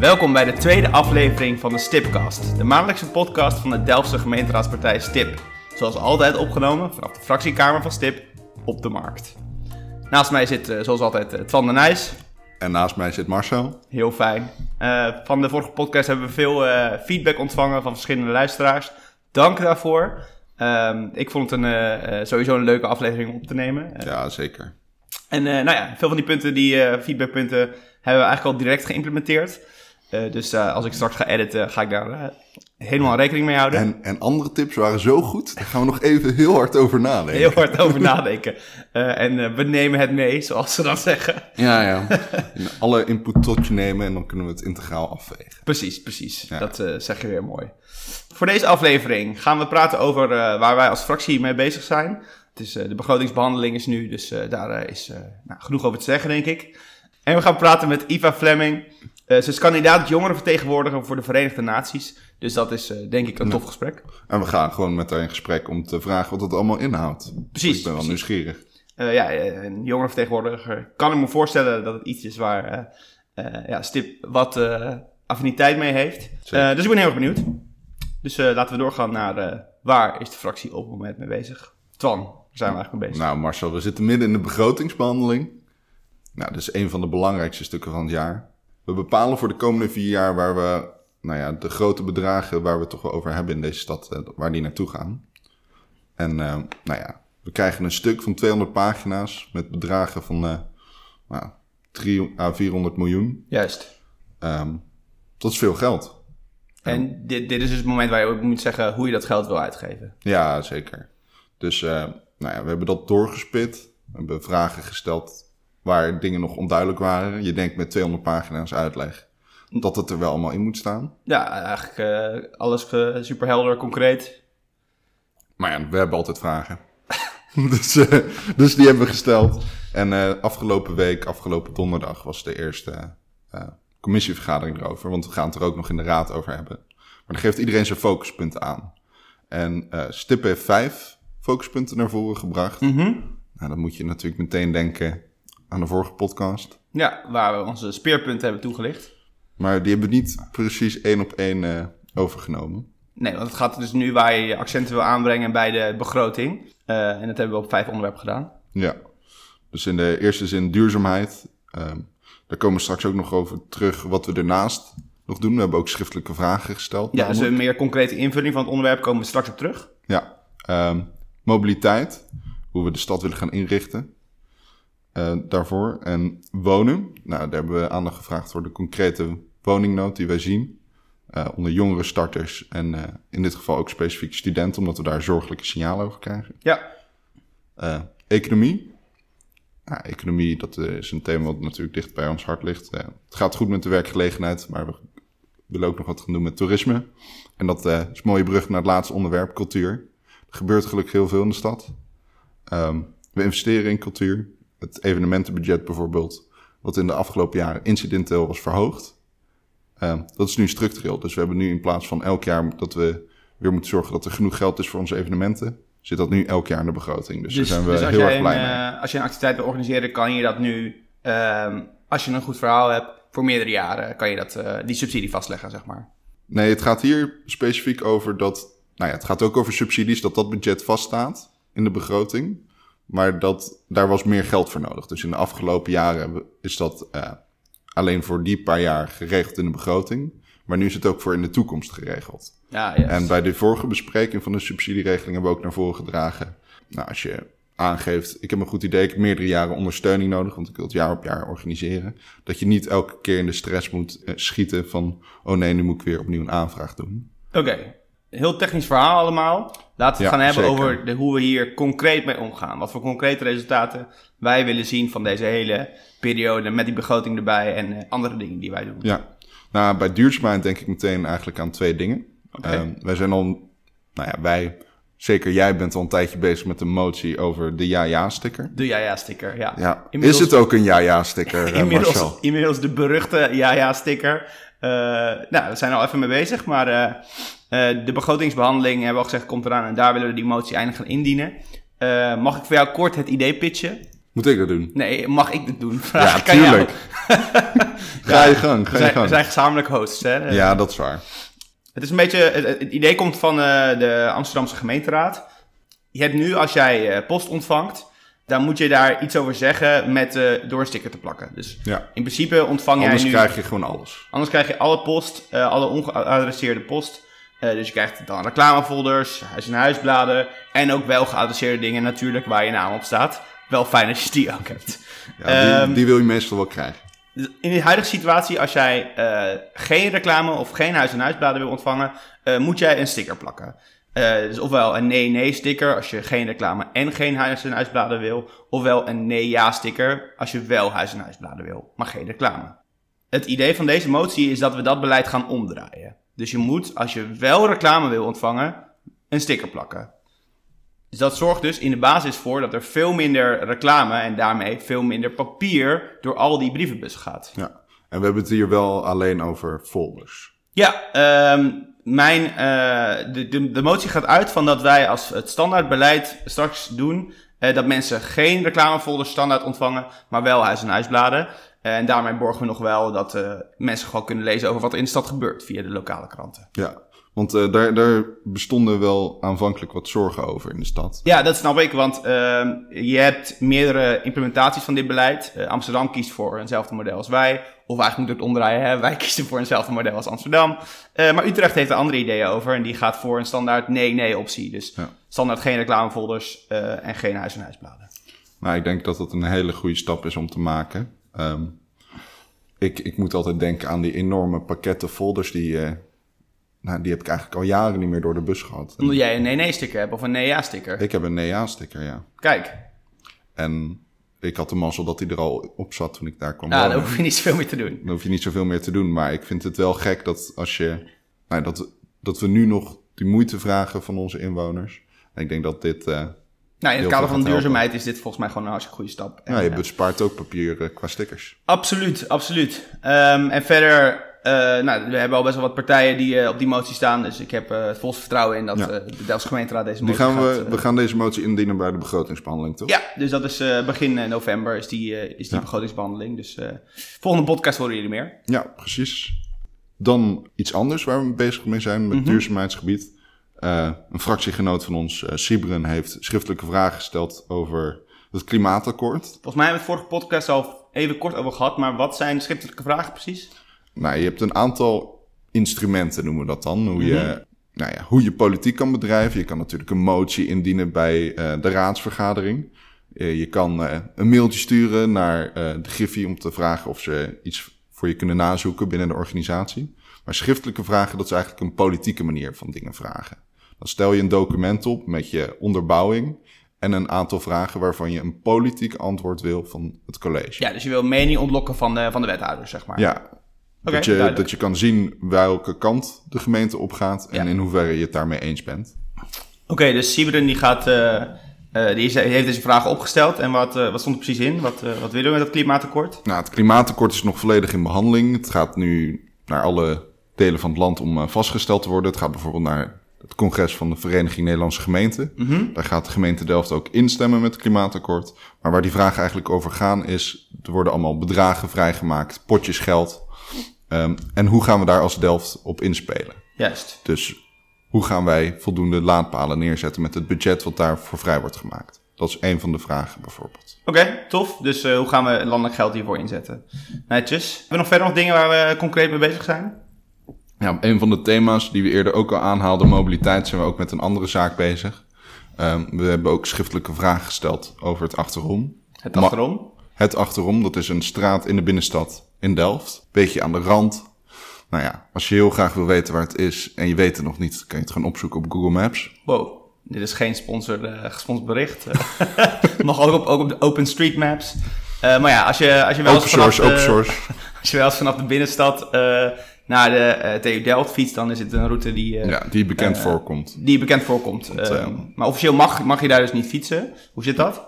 Welkom bij de tweede aflevering van de Stipcast, de maandelijkse podcast van de Delftse gemeenteraadspartij STIP. Zoals altijd opgenomen vanaf de fractiekamer van STIP op de markt. Naast mij zit zoals altijd Twan de Nijs. En naast mij zit Marcel. Heel fijn. Van de vorige podcast hebben we veel feedback ontvangen van verschillende luisteraars. Dank daarvoor. Ik vond het sowieso een leuke aflevering om op te nemen. Ja, zeker. En veel van die punten, feedbackpunten, hebben we eigenlijk al direct geïmplementeerd. Dus als ik straks ga editen, ga ik daar helemaal rekening mee houden. En andere tips waren zo goed, daar gaan we nog even heel hard over nadenken. Heel hard over nadenken. We nemen het mee, zoals ze dan zeggen. Ja. Alle input tot je nemen en dan kunnen we het integraal afwegen. Precies. Ja. Dat zeg je weer mooi. Voor deze aflevering gaan we praten over waar wij als fractie mee bezig zijn. Het is, de begrotingsbehandeling is nu, dus daar is genoeg over te zeggen, denk ik. En we gaan praten met Eva Fleming. Ze is kandidaat jongerenvertegenwoordiger voor de Verenigde Naties. Dus dat is denk ik een tof gesprek. En we gaan gewoon met haar in gesprek om te vragen wat het allemaal inhoudt. Precies. Ik ben wel nieuwsgierig. Een jongerenvertegenwoordiger kan ik me voorstellen dat het iets is waar STIP wat affiniteit mee heeft. Dus ik ben heel erg benieuwd. Dus laten we doorgaan naar waar is de fractie op het moment mee bezig. Twan, waar zijn we eigenlijk mee bezig? Nou Marcel, we zitten midden in de begrotingsbehandeling. Nou, dat is een van de belangrijkste stukken van het jaar. We bepalen voor de komende 4 jaar waar we, de grote bedragen waar we het toch wel over hebben in deze stad, waar die naartoe gaan. En we krijgen een stuk van 200 pagina's met bedragen van 300 à 400 miljoen. Juist. Dat is veel geld. En dit is dus het moment waar je ook moet zeggen hoe je dat geld wil uitgeven. Ja, zeker. Dus we hebben dat doorgespit. We hebben vragen gesteld waar dingen nog onduidelijk waren. Je denkt met 200 pagina's uitleg dat het er wel allemaal in moet staan. Ja, eigenlijk alles super helder, concreet. Maar ja, we hebben altijd vragen. dus die hebben we gesteld. En afgelopen donderdag was de eerste commissievergadering erover. Want we gaan het er ook nog in de raad over hebben. Maar dan geeft iedereen zijn focuspunten aan. En STIP heeft 5 focuspunten naar voren gebracht. Mm-hmm. Nou, dan moet je natuurlijk meteen denken aan de vorige podcast. Ja, waar we onze speerpunten hebben toegelicht. Maar die hebben we niet precies 1 op 1 overgenomen. Nee, want het gaat dus nu waar je accenten wil aanbrengen bij de begroting. En dat hebben we op 5 onderwerpen gedaan. Ja, dus in de eerste zin duurzaamheid. Daar komen we straks ook nog over terug wat we ernaast nog doen. We hebben ook schriftelijke vragen gesteld. Ja, dus een meer concrete invulling van het onderwerp komen we straks op terug. Ja, mobiliteit. Hoe we de stad willen gaan inrichten. Daarvoor. En wonen. Nou, daar hebben we aandacht gevraagd voor de concrete woningnood die wij zien. Onder jongere starters en in dit geval ook specifiek studenten, omdat we daar zorgelijke signalen over krijgen. Ja. Economie. Nou, economie, dat is een thema wat natuurlijk dicht bij ons hart ligt. Het gaat goed met de werkgelegenheid, maar we willen ook nog wat gaan doen met toerisme. En dat is een mooie brug naar het laatste onderwerp, cultuur. Er gebeurt gelukkig heel veel in de stad. We investeren in cultuur. Het evenementenbudget bijvoorbeeld, wat in de afgelopen jaren incidenteel was verhoogd. Dat is nu structureel. Dus we hebben nu in plaats van elk jaar dat we weer moeten zorgen dat er genoeg geld is voor onze evenementen, zit dat nu elk jaar in de begroting. Dus daar zijn we heel erg blij mee. Als je een activiteit wil organiseren, kan je dat nu, als je een goed verhaal hebt, voor meerdere jaren kan je die subsidie vastleggen, zeg maar. Nee, het gaat hier specifiek over dat, het gaat ook over subsidies, dat budget vaststaat in de begroting. Maar daar was meer geld voor nodig. Dus in de afgelopen jaren is dat alleen voor die paar jaar geregeld in de begroting. Maar nu is het ook voor in de toekomst geregeld. Ja, yes. En bij de vorige bespreking van de subsidieregeling hebben we ook naar voren gedragen. Nou, als je aangeeft, ik heb een goed idee, ik heb meerdere jaren ondersteuning nodig, want ik wil het jaar op jaar organiseren. Dat je niet elke keer in de stress moet schieten van, oh nee, nu moet ik weer opnieuw een aanvraag doen. Oké. Heel technisch verhaal allemaal. Laten we het gaan hebben over hoe we hier concreet mee omgaan. Wat voor concrete resultaten wij willen zien van deze hele periode met die begroting erbij en andere dingen die wij doen. Ja, nou bij duurzaamheid denk ik meteen eigenlijk aan 2 dingen. Okay. Wij zijn al, zeker jij bent al een tijdje bezig met een motie over de ja-ja-sticker. De ja-ja-sticker, ja. Ja. Is het ook een ja-ja-sticker, Marcel? Inmiddels de beruchte ja-ja-sticker. We zijn al even mee bezig, maar de begrotingsbehandeling, hebben we al gezegd, komt eraan en daar willen we die motie eindelijk gaan indienen. Mag ik voor jou kort het idee pitchen? Moet ik dat doen? Nee, mag ik dat doen? Ja, tuurlijk. Ga je gang. We zijn gezamenlijk hosts, hè? Ja, dat is waar. Het is een beetje, het idee komt van de Amsterdamse gemeenteraad. Je hebt nu, als jij post ontvangt, dan moet je daar iets over zeggen door een sticker te plakken. Dus in principe ontvang Anders jij nu... krijg je gewoon alles. Anders krijg je alle post, alle ongeadresseerde post. Dus je krijgt dan reclamefolders, huis- en huisbladen en ook wel geadresseerde dingen natuurlijk waar je naam op staat. Wel fijn als je die ook hebt. Ja, die wil je meestal wel krijgen. In de huidige situatie, als jij geen reclame of geen huis- en huisbladen wil ontvangen, moet jij een sticker plakken. Dus ofwel een nee-nee sticker als je geen reclame en geen huis- en huisbladen wil. Ofwel een nee-ja sticker als je wel huis- en huisbladen wil, maar geen reclame. Het idee van deze motie is dat we dat beleid gaan omdraaien. Dus je moet, als je wel reclame wil ontvangen, een sticker plakken. Dus dat zorgt dus in de basis voor dat er veel minder reclame en daarmee veel minder papier door al die brievenbussen gaat. Ja, en we hebben het hier wel alleen over folders. Ja, de motie gaat uit van dat wij als het standaardbeleid straks doen, dat mensen geen reclamefolders standaard ontvangen, maar wel huis- en huisbladen. En daarmee borgen we nog wel dat mensen gewoon kunnen lezen over wat er in de stad gebeurt via de lokale kranten. Ja, want daar bestonden wel aanvankelijk wat zorgen over in de stad. Ja, dat snap ik, want je hebt meerdere implementaties van dit beleid. Amsterdam kiest voor eenzelfde model als wij. Of eigenlijk moet ik het omdraaien, hè? Wij kiezen voor eenzelfde model als Amsterdam. Maar Utrecht heeft er andere ideeën over en die gaat voor een standaard nee-nee optie. Dus standaard geen reclamefolders en geen huis- en huisbladen. Nou, ik denk dat dat een hele goede stap is om te maken. Ik moet altijd denken aan die enorme pakketten folders die heb ik eigenlijk al jaren niet meer door de bus gehad. Omdat jij een nee-nee-sticker hebt of een nee-ja-sticker? Ik heb een nee-ja-sticker, ja. Kijk. En ik had de mazzel dat hij er al op zat toen ik daar kwam wonen. wonen. Dan hoef je niet zoveel meer te doen. Dan hoef je niet zoveel meer te doen. Maar ik vind het wel gek dat als je... dat we nu nog die moeite vragen van onze inwoners. En ik denk dat dit... in het kader van duurzaamheid is dit volgens mij gewoon een hartstikke goede stap. En, je bespaart ook papier qua stickers. Absoluut. En verder... we hebben al best wel wat partijen die op die motie staan. Dus ik heb het volste vertrouwen in dat de Delftse gemeenteraad deze motie we gaan deze motie indienen bij de begrotingsbehandeling, toch? Ja, dus dat is begin november is die begrotingsbehandeling. Dus volgende podcast horen jullie meer. Ja, precies. Dan iets anders waar we bezig mee zijn met het duurzaamheidsgebied. Een fractiegenoot van ons, Sibren, heeft schriftelijke vragen gesteld over het klimaatakkoord. Volgens mij hebben we het vorige podcast al even kort over gehad. Maar wat zijn de schriftelijke vragen precies? Nou, je hebt een aantal instrumenten, noemen we dat dan. Hoe je politiek kan bedrijven. Je kan natuurlijk een motie indienen bij de raadsvergadering. Je kan een mailtje sturen naar de Griffie om te vragen of ze iets voor je kunnen nazoeken binnen de organisatie. Maar schriftelijke vragen, dat is eigenlijk een politieke manier van dingen vragen. Dan stel je een document op met je onderbouwing en een aantal vragen waarvan je een politiek antwoord wil van het college. Ja, dus je wil mening ontlokken van de wethouders, zeg maar. Ja. Dat je kan zien welke kant de gemeente opgaat en in hoeverre je het daarmee eens bent. Oké, dus Sibren die heeft deze vragen opgesteld. En wat stond er precies in? Wat willen we met het klimaatakkoord? Nou, het klimaatakkoord is nog volledig in behandeling. Het gaat nu naar alle delen van het land om vastgesteld te worden. Het gaat bijvoorbeeld naar het congres van de Vereniging Nederlandse Gemeenten. Daar gaat de gemeente Delft ook instemmen met het klimaatakkoord. Maar waar die vragen eigenlijk over gaan is, er worden allemaal bedragen vrijgemaakt, potjes geld. En hoe gaan we daar als Delft op inspelen? Juist. Dus hoe gaan wij voldoende laadpalen neerzetten met het budget wat daarvoor vrij wordt gemaakt? Dat is een van de vragen bijvoorbeeld. Oké, tof. Dus hoe gaan we landelijk geld hiervoor inzetten? Netjes. Hebben we nog verder nog dingen waar we concreet mee bezig zijn? Ja, een van de thema's die we eerder ook al aanhaalden, mobiliteit, zijn we ook met een andere zaak bezig. We hebben ook schriftelijke vragen gesteld over het Achterom. Het Achterom? Het Achterom, dat is een straat in de binnenstad in Delft. Beetje aan de rand. Nou ja, als je heel graag wil weten waar het is en je weet het nog niet, kan je het gewoon opzoeken op Google Maps. Wow, dit is geen gesponsord bericht. Mag ook op de OpenStreetMaps. Maar ja, als je wel eens vanaf de binnenstad naar de TU Delft fietst, dan is het een route die bekend voorkomt. Die bekend voorkomt. Maar officieel mag je daar dus niet fietsen. Hoe zit dat?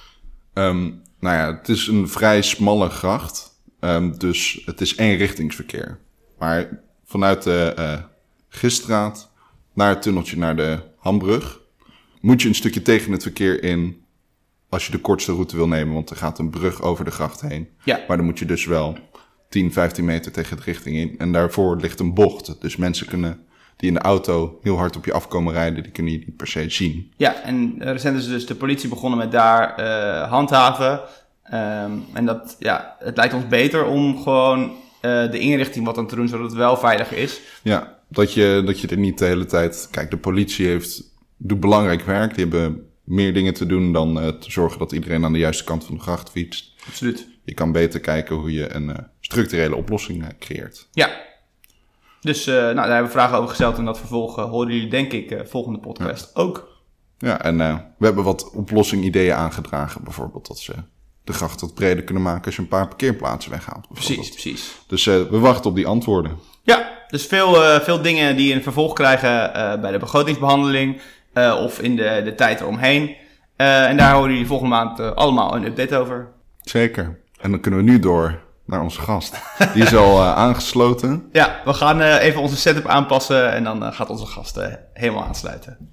Het is een vrij smalle gracht. Dus het is eenrichtingsverkeer. Maar vanuit de Giststraat naar het tunneltje naar de Hambrug moet je een stukje tegen het verkeer in als je de kortste route wil nemen, want er gaat een brug over de gracht heen. Ja. Maar dan moet je dus wel 10, 15 meter tegen de richting in. En daarvoor ligt een bocht. Dus mensen die in de auto heel hard op je afkomen rijden, die kunnen je niet per se zien. Ja, en recent is dus de politie begonnen met daar handhaven. En het lijkt ons beter om gewoon de inrichting wat aan te doen, zodat het wel veiliger is. Ja, dat je er niet de hele tijd... Kijk, de politie doet belangrijk werk. Die hebben meer dingen te doen dan te zorgen dat iedereen aan de juiste kant van de gracht fietst. Absoluut. Je kan beter kijken hoe je een structurele oplossing creëert. Ja. Dus daar hebben we vragen over gesteld en dat vervolg horen jullie denk ik volgende podcast ook. Ja, en we hebben wat oplossing-ideeën aangedragen. Bijvoorbeeld dat ze de gracht wat breder kunnen maken als je een paar parkeerplaatsen weghaalt. Precies. Dus we wachten op die antwoorden. Ja, dus veel dingen die een vervolg krijgen bij de begrotingsbehandeling of in de tijd eromheen. En daar horen jullie volgende maand allemaal een update over. Zeker. En dan kunnen we nu door naar onze gast. Die is al aangesloten. Ja, we gaan even onze setup aanpassen en dan gaat onze gast helemaal aansluiten.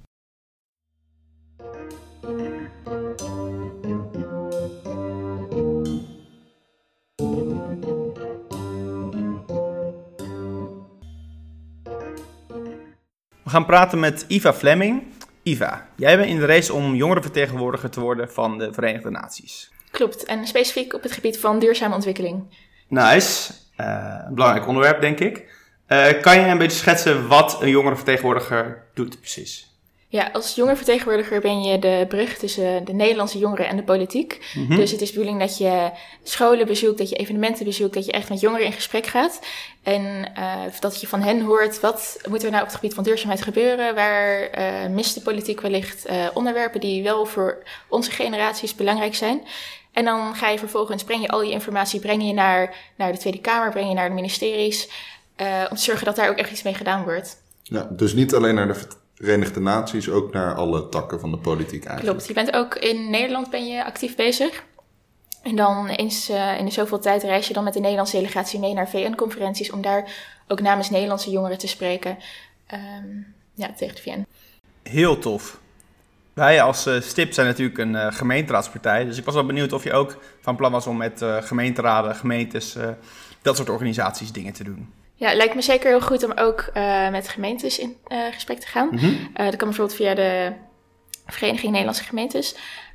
We gaan praten met Iva Fleming. Iva, jij bent in de race om jongerenvertegenwoordiger te worden van de Verenigde Naties. Klopt, en specifiek op het gebied van duurzame ontwikkeling. Nice, een belangrijk onderwerp denk ik. Kan je een beetje schetsen wat een jongerenvertegenwoordiger doet precies? Ja, als jongerenvertegenwoordiger ben je de brug tussen de Nederlandse jongeren en de politiek. Mm-hmm. Dus het is de bedoeling dat je scholen bezoekt, dat je evenementen bezoekt, dat je echt met jongeren in gesprek gaat. En dat je van hen hoort, wat moet er nou op het gebied van duurzaamheid gebeuren? Waar mist de politiek wellicht onderwerpen die wel voor onze generaties belangrijk zijn? En dan ga je vervolgens, breng je al die informatie naar de Tweede Kamer, breng je naar de ministeries, om te zorgen dat daar ook echt iets mee gedaan wordt. Ja, dus niet alleen naar de Verenigde Naties, ook naar alle takken van de politiek eigenlijk. Klopt, je bent ook in Nederland actief bezig. En dan eens in de zoveel tijd reis je dan met de Nederlandse delegatie mee naar VN-conferenties om daar ook namens Nederlandse jongeren te spreken tegen de VN. Heel tof. Wij als STIP zijn natuurlijk een gemeenteraadspartij, dus ik was wel benieuwd of je ook van plan was om met gemeenteraden, gemeentes, dat soort organisaties dingen te doen. Ja, het lijkt me zeker heel goed om ook met gemeentes in gesprek te gaan. Mm-hmm. Dat kan bijvoorbeeld via de Vereniging Nederlandse Gemeentes.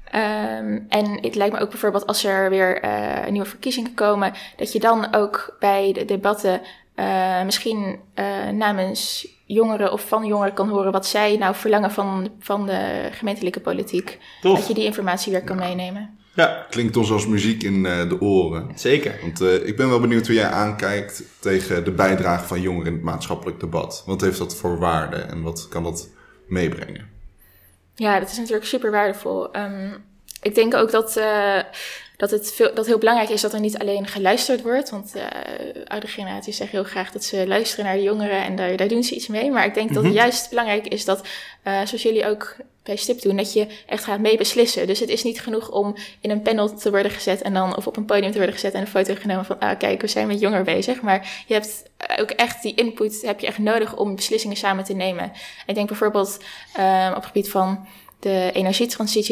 En het lijkt me ook bijvoorbeeld als er weer nieuwe verkiezingen komen, dat je dan ook bij de debatten misschien namens jongeren of van jongeren kan horen wat zij nou verlangen van de gemeentelijke politiek. Tof. Dat je die informatie weer kan meenemen. Ja. Klinkt ons als muziek in de oren. Zeker. Want ik ben wel benieuwd hoe jij aankijkt tegen de bijdrage van jongeren in het maatschappelijk debat. Wat heeft dat voor waarde en wat kan dat meebrengen? Ja, dat is natuurlijk super waardevol. Ik denk ook dat het heel belangrijk is dat er niet alleen geluisterd wordt. Want oude generaties zeggen heel graag dat ze luisteren naar de jongeren en daar doen ze iets mee. Maar ik denk dat het juist belangrijk is dat, zoals jullie ook bij STIP doen, dat je echt gaat meebeslissen. Dus het is niet genoeg om in een panel te worden gezet en dan of op een podium te worden gezet en een foto genomen van, kijk, we zijn met jongeren bezig. Maar je hebt ook echt die input heb je echt nodig om beslissingen samen te nemen. Ik denk bijvoorbeeld op het gebied van de energietransitie,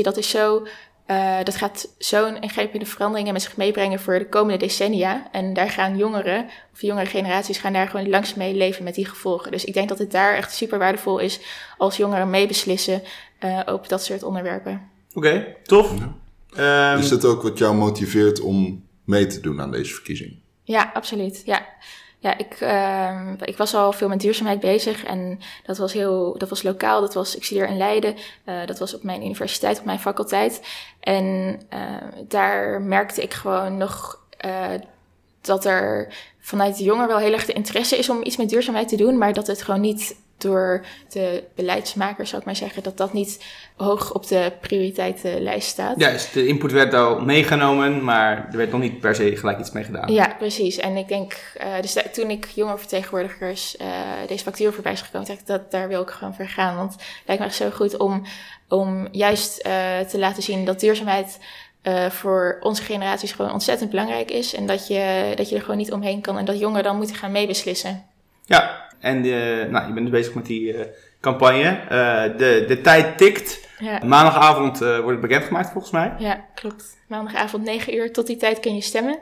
dat gaat zo'n ingrijpende veranderingen met zich meebrengen voor de komende decennia. En daar gaan jongere generaties gaan daar gewoon langs mee leven met die gevolgen. Dus ik denk dat het daar echt super waardevol is als jongeren meebeslissen op dat soort onderwerpen. Oké, tof. Ja. Is dat ook wat jou motiveert om mee te doen aan deze verkiezing? Ja, absoluut. Ja, ik was al veel met duurzaamheid bezig en dat was lokaal, ik studeer in Leiden, dat was op mijn universiteit, op mijn faculteit. En daar merkte ik gewoon nog dat er vanuit de jongeren wel heel erg de interesse is om iets met duurzaamheid te doen, maar dat het gewoon niet door de beleidsmakers, zou ik maar zeggen, dat niet hoog op de prioriteitenlijst staat. Juist, de input werd al meegenomen, maar er werd nog niet per se gelijk iets mee gedaan. Ja, precies. En ik denk, dus toen ik jongerenvertegenwoordigers deze factuur voorbij is gekomen, dacht ik, daar wil ik gewoon voor gaan. Want het lijkt me echt zo goed om juist te laten zien dat duurzaamheid voor onze generaties gewoon ontzettend belangrijk is. En dat je er gewoon niet omheen kan en dat jongeren dan moeten gaan meebeslissen. Ja, en je bent dus bezig met die campagne. De tijd tikt. Ja. Maandagavond wordt het bekendgemaakt volgens mij. Ja, klopt. Maandagavond 9 uur. Tot die tijd kun je stemmen.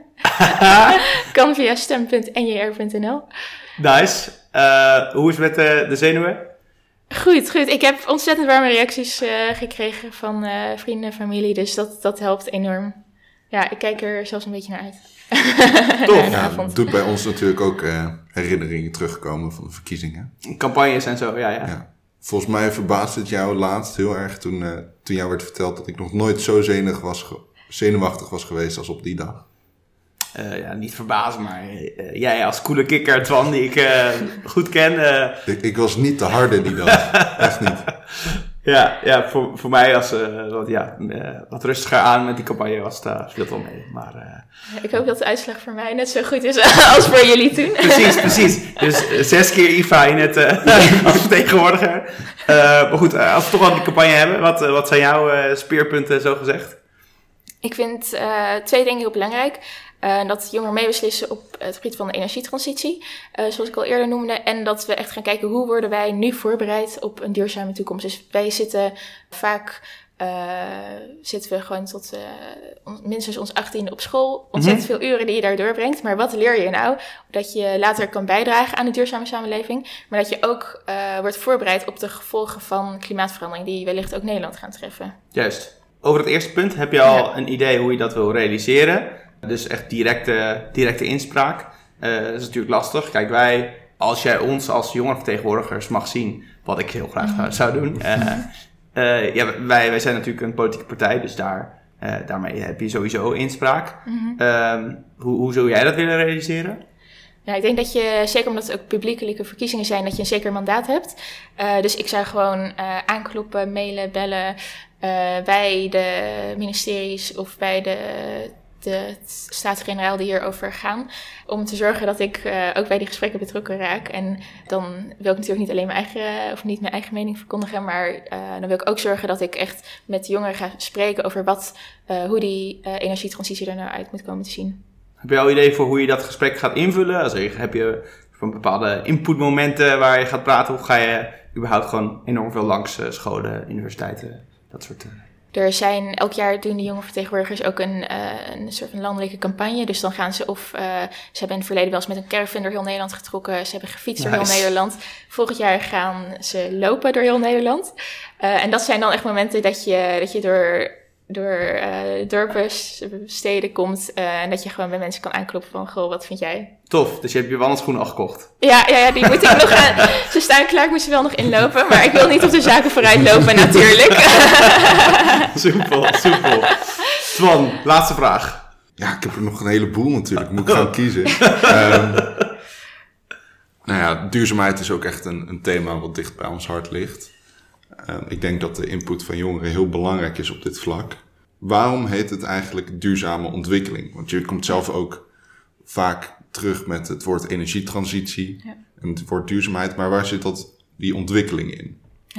Kan via stem.njr.nl. Nice. Hoe is het met de zenuwen? Goed. Ik heb ontzettend warme reacties gekregen van vrienden en familie. Dus dat helpt enorm. Ja, ik kijk er zelfs een beetje naar uit. Tof. Ja, het doet bij ons natuurlijk ook herinneringen terugkomen van de verkiezingen. Campagnes en zo, ja. Volgens mij verbaasde het jou laatst heel erg toen jou werd verteld dat ik nog nooit zo zenuwachtig was geweest als op die dag. Niet verbazen, maar jij als coole kikker, Twan, die ik goed ken. Ik was niet te harde die dag, echt niet. Ja, voor mij als wat rustiger aan met die campagne was, viel het wel mee. Maar, ik hoop dat de uitslag voor mij net zo goed is als voor jullie toen. Precies. Dus 6 keer IFA in het als vertegenwoordiger. Maar goed, als we toch al die campagne hebben, wat zijn jouw speerpunten zo gezegd? Ik vind 2 dingen heel belangrijk. Dat jongeren meebeslissen op het gebied van de energietransitie, zoals ik al eerder noemde. En dat we echt gaan kijken hoe worden wij nu voorbereid op een duurzame toekomst. Dus wij zitten vaak we gewoon tot minstens ons 18e op school. Ontzettend veel uren die je daar doorbrengt. Maar wat leer je nou? Dat je later kan bijdragen aan de duurzame samenleving. Maar dat je ook wordt voorbereid op de gevolgen van klimaatverandering die wellicht ook Nederland gaan treffen. Juist. Over het eerste punt heb je al een idee hoe je dat wil realiseren. Dus echt directe inspraak. Dat is natuurlijk lastig. Kijk, als jij ons als jongerenvertegenwoordigers mag zien, wat ik heel graag zou doen. Wij zijn natuurlijk een politieke partij, dus daarmee heb je sowieso inspraak. Hoe zou jij dat willen realiseren? Ja, ik denk dat je, zeker omdat het ook publiekelijke verkiezingen zijn, dat je een zeker mandaat hebt. Dus ik zou gewoon aankloppen, mailen, bellen bij de ministeries of bij de Staten-Generaal die hierover gaan. Om te zorgen dat ik ook bij die gesprekken betrokken raak. En dan wil ik natuurlijk niet alleen mijn eigen mening verkondigen. Maar dan wil ik ook zorgen dat ik echt met jongeren ga spreken over hoe die energietransitie er nou uit moet komen te zien. Heb je al idee voor hoe je dat gesprek gaat invullen? Heb je van bepaalde inputmomenten waar je gaat praten? Of ga je überhaupt gewoon enorm veel langs scholen, universiteiten, dat soort Er zijn, elk jaar doen de jonge vertegenwoordigers ook een soort van landelijke campagne. Dus dan gaan ze ze hebben in het verleden wel eens met een caravan door heel Nederland getrokken. Ze hebben gefietst door heel Nederland. Volgend jaar gaan ze lopen door heel Nederland. En dat zijn dan echt momenten dat je door dorpen, steden komt. En dat je gewoon bij mensen kan aankloppen van, goh, wat vind jij? Tof, dus je hebt je wandelschoenen al gekocht. Ja, die moet ik nog ze staan klaar, ik moet ze wel nog inlopen. Maar ik wil niet op de zaken vooruit lopen natuurlijk. Soepel. Twan, laatste vraag. Ja, ik heb er nog een heleboel natuurlijk. Moet ik gaan kiezen. Duurzaamheid is ook echt een thema wat dicht bij ons hart ligt. Ik denk dat de input van jongeren heel belangrijk is op dit vlak. Waarom heet het eigenlijk duurzame ontwikkeling? Want je komt zelf ook vaak terug met het woord energietransitie en het woord duurzaamheid. Maar waar zit die ontwikkeling in?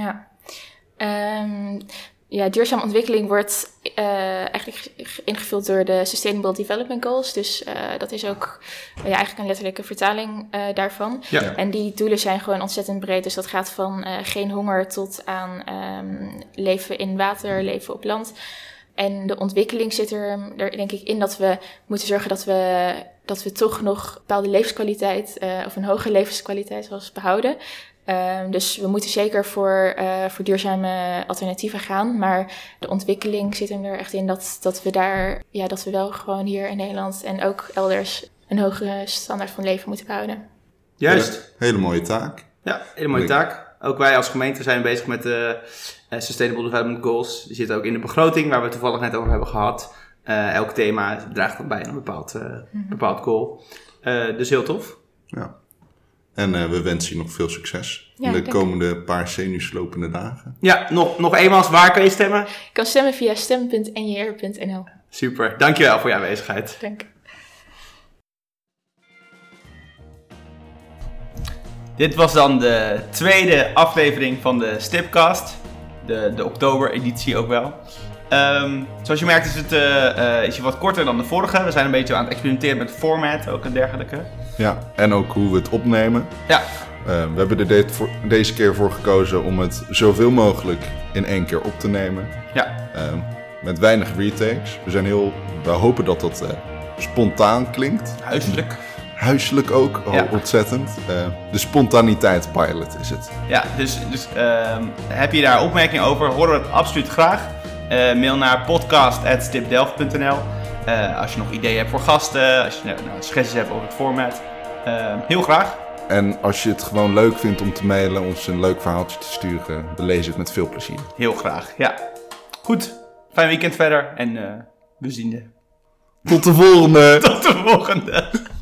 Ja, duurzame ontwikkeling wordt eigenlijk ingevuld door de Sustainable Development Goals. Dus dat is ook eigenlijk een letterlijke vertaling daarvan. Ja. En die doelen zijn gewoon ontzettend breed. Dus dat gaat van geen honger tot aan leven in water, leven op land. En de ontwikkeling zit er denk ik in dat we moeten zorgen dat we toch nog bepaalde levenskwaliteit of een hoge levenskwaliteit behouden. Dus we moeten zeker voor duurzame alternatieven gaan. Maar de ontwikkeling zit hem er echt in dat we wel gewoon hier in Nederland en ook elders een hoge standaard van leven moeten behouden. Juist. Hele mooie taak. Ja, hele mooie taak. Ook wij als gemeente zijn bezig met de Sustainable Development Goals. Die zitten ook in de begroting waar we het toevallig net over hebben gehad. Elk thema draagt dan bij een bepaald goal. Dus heel tof. Ja. En we wensen je nog veel succes in de komende paar zenuwslopende dagen. Ja, nog eenmaal, waar kan je stemmen? Je kan stemmen via stem.njr.nl. Super, dankjewel voor je aanwezigheid. Dank. Dit was dan de tweede aflevering van de Stipcast. De oktober-editie ook wel. Zoals je merkt is het wat korter dan de vorige. We zijn een beetje aan het experimenteren met format ook en dergelijke. Ja, en ook hoe we het opnemen. Ja. We hebben er deze keer voor gekozen om het zoveel mogelijk in 1 keer op te nemen. Ja. Met weinig retakes. We hopen dat dat spontaan klinkt. Huiselijk ook, ontzettend. De spontaniteit pilot is het. Ja, dus heb je daar opmerkingen over? Horen we het absoluut graag. Mail naar podcast@stipdelft.nl. Als je nog ideeën hebt voor gasten, als je suggesties hebt over het format. Heel graag. En als je het gewoon leuk vindt om te mailen, ons een leuk verhaaltje te sturen, we lezen het met veel plezier. Heel graag, ja. Goed, fijn weekend verder en we zien je. Tot de volgende! Tot de volgende!